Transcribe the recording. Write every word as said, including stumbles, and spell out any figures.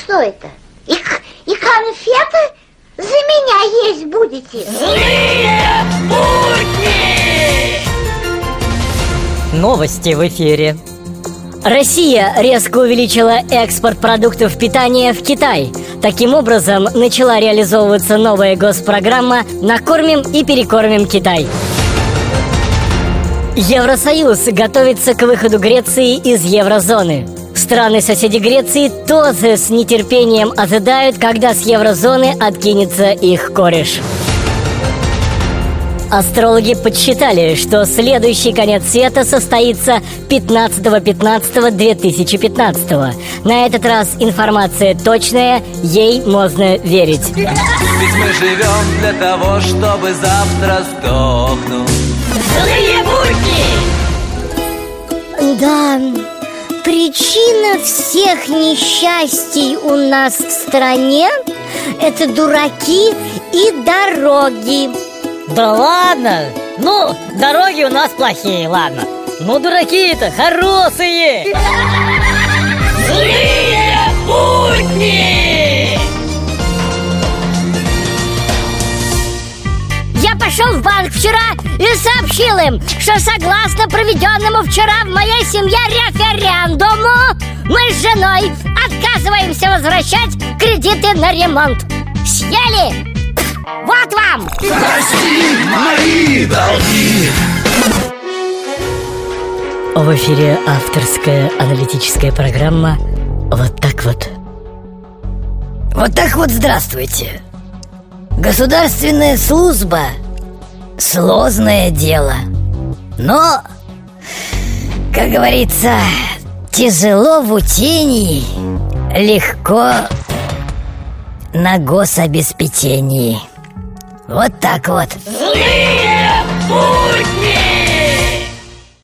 что это? И, и конфеты за меня есть будете? Злые будни! Новости в эфире. Россия резко увеличила экспорт продуктов питания в Китай. Таким образом, начала реализовываться новая госпрограмма «Накормим и перекормим Китай». Евросоюз готовится к выходу Греции из еврозоны. Страны-соседи Греции тоже с нетерпением ожидают, когда с еврозоны откинется их кореш. Астрологи подсчитали, что следующий конец света состоится пятнадцатого пятнадцатого две тысячи пятнадцатого. На этот раз информация точная, ей можно верить. Ведь мы живем для того, чтобы завтра сдохнуть. Злые будни! Да, причина всех несчастий у нас в стране – это дураки и дороги. Да ладно! Ну, дороги у нас плохие, ладно. Ну, дураки-то хорошие! Злые будни! Я пошел в банк вчера и сообщил им, что согласно проведенному вчера в моей семье референдуму, мы с женой отказываемся возвращать кредиты на ремонт. Съели? Вот вам! Прости мои долги! В эфире авторская аналитическая программа «Вот так вот». Вот так вот здравствуйте. Государственная служба – сложное дело. Но, как говорится, тяжело в учении, легко на гособеспечении. Вот так вот. Злые